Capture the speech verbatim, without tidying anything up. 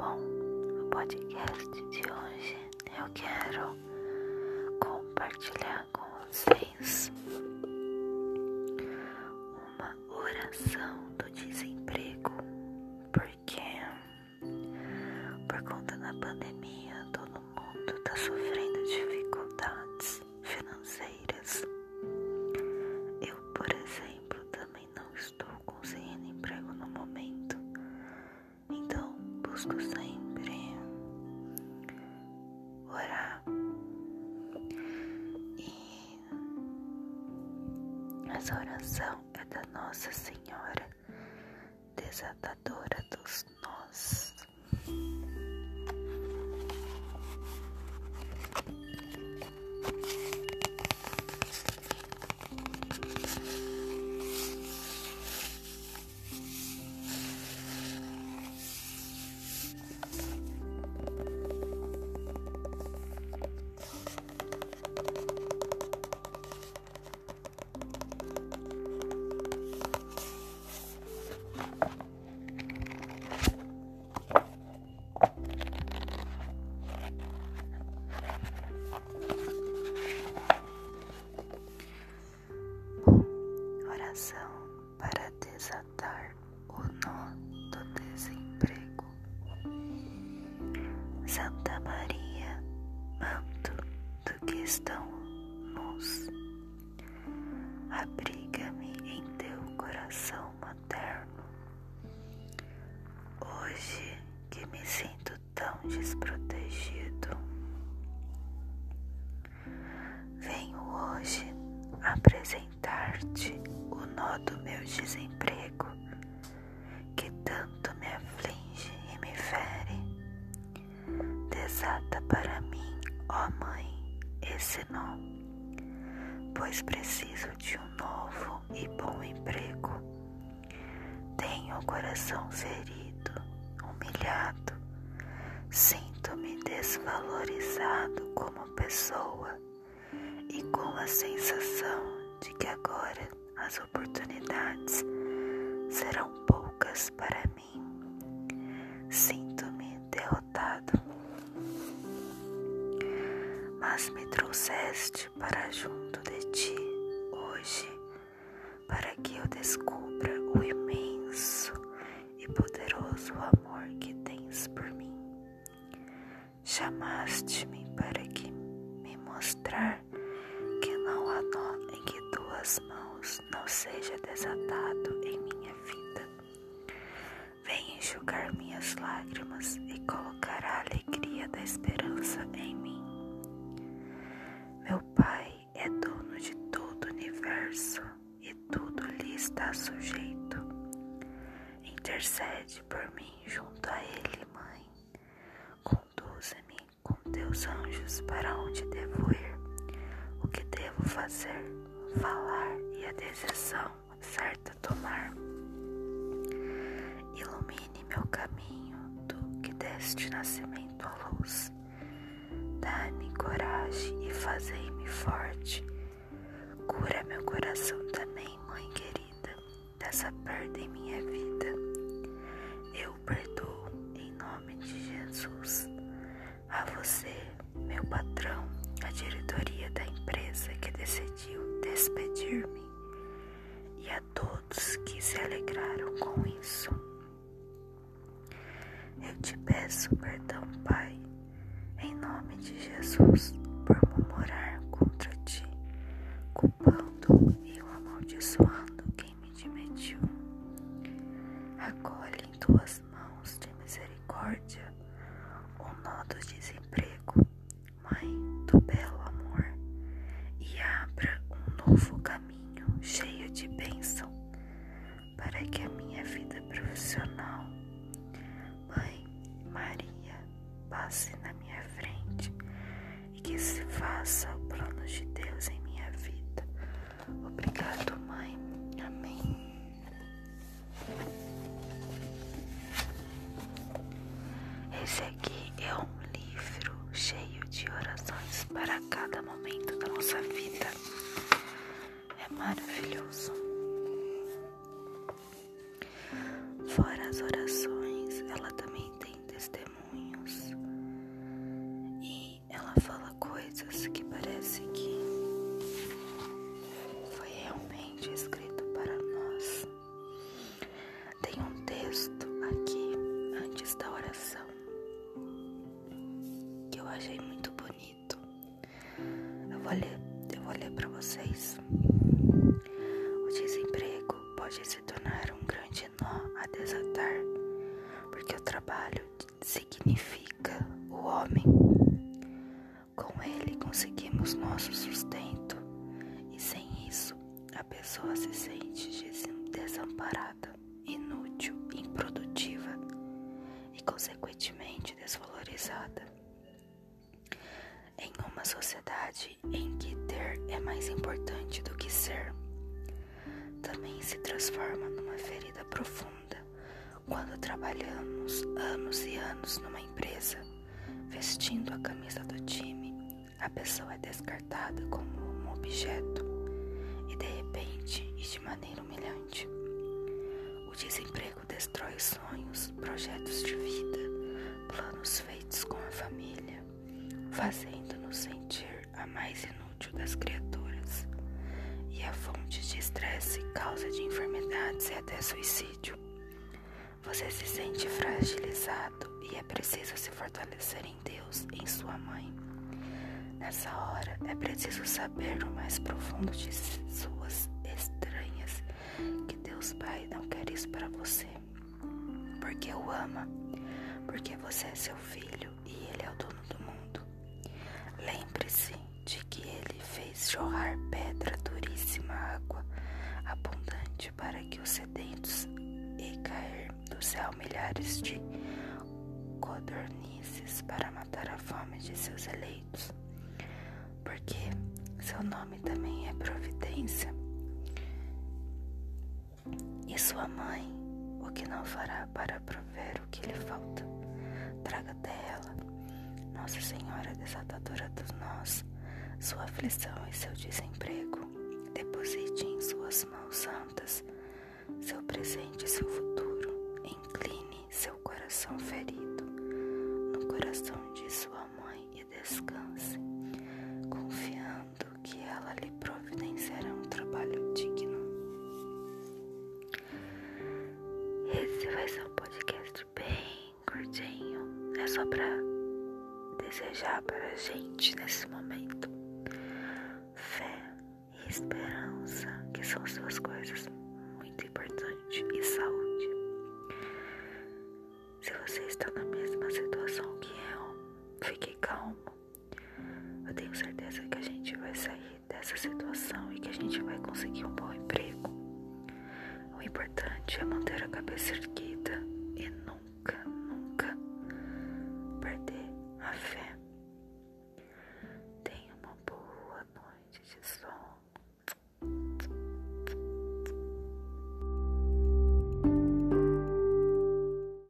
Bom, no podcast de hoje eu quero compartilhar com vocês uma oração do desemprego, porque por conta da pandemia todo mundo está sofrendo dificuldades financeiras. Eu, por exemplo, também não estou conseguindo emprego no momento, então busco sempre orar. E essa oração é da Nossa Senhora, desatadora dos nós. Oração para desatar o nó do desemprego. Santa Maria, manto do que estão nus, abriga-me em teu coração materno. Hoje que me sinto tão desprotegido, venho hoje apresentar-te o nó do meu desemprego, que tanto me aflige e me fere. Desata para mim, ó Mãe, esse nó, pois preciso de um novo e bom emprego. Tenho o coração ferido, humilhado, sinto-me desvalorizado como pessoa e com a sensação de que agora as oportunidades serão poucas para mim. Sinto-me derrotado, mas me trouxeste para junto de ti hoje, para que eu descubra o imenso e poderoso amor que tens por mim. Chamaste-me para que me mostrar que não há nó em que tuas mãos não seja desatado em minha vida. Vem enxugar minhas lágrimas e colocar a alegria da esperança em mim. Meu Pai é dono de todo o universo e tudo lhe está sujeito. Intercede por mim junto a Ele, Mãe. Conduza-me com teus anjos para onde devo ir, o que devo fazer, falar e a decisão certa tomar. Ilumine meu caminho, tu que deste nascimento à luz. Dá-me coragem e fazei-me forte. Cura meu coração também, Mãe querida, dessa perda em minha vida. Eu perdoo em nome de Jesus. A você, meu patrão, a diretoria da empresa que decidiu despedir-me, e a todos que se alegraram com isso. Eu te peço perdão, Pai, em nome de Jesus, por murmurar contra ti, culpando e amaldiçoando quem me demitiu. Acolhe em tuas mãos de misericórdia o nó do desemprego, Mãe do belo amor, e abra um novo caminho cheio de bênção para que a minha vida profissional, Mãe Maria, passe na minha frente e que se faça o plano de Deus em minha vida. Obrigado, Mãe. Amém. Esse aqui é um livro cheio de orações para cada momento da nossa vida. É maravilhoso. Fora as orações, ela também tem testemunho achei muito bonito. Eu vou ler, eu vou ler para vocês. O desemprego pode se tornar um grande nó a desatar, porque o trabalho significa o homem. Com ele conseguimos nosso sustento, e sem isso a pessoa se sente desamparada, inútil, improdutiva e consequentemente desvalorizada. Em uma sociedade em que ter é mais importante do que ser, também se transforma numa ferida profunda quando trabalhamos anos e anos numa empresa, vestindo a camisa do time. A pessoa é descartada como um objeto e de repente e de maneira humilhante. O desemprego destrói sonhos, projetos de vida, planos feitos com a família, fazendo-nos sentir a mais inútil das criaturas e a fonte de estresse, causa de enfermidades e até suicídio. Você se sente fragilizado e é preciso se fortalecer em Deus, em sua mãe. Nessa hora é preciso saber no mais profundo de suas entranhas que Deus Pai não quer isso para você, porque o ama, porque você é seu filho e Ele é o dono do mundo. Lembre-se de que Ele fez jorrar pedra duríssima, água abundante para que os sedentos e cair do céu milhares de codornizes para matar a fome de seus eleitos, porque seu nome também é providência. E sua mãe, o que não fará para prover o que lhe falta? Traga até ela, Nossa Senhora desatadora dos nós, sua aflição e seu desemprego. Deposite em suas mãos santas seu presente e seu futuro. Incline seu coração ferido no coração de sua mãe e descanse, confiando que ela lhe providenciará um trabalho digno. Esse vai ser um podcast bem curtinho, é só pra desejar para a gente nesse momento fé e esperança, que são as duas coisas muito importantes, e saúde. Se você está na mesma situação que eu, fique calmo. Eu tenho certeza que a gente vai sair dessa situação e que a gente vai conseguir um bom emprego. O importante é manter a cabeça erguida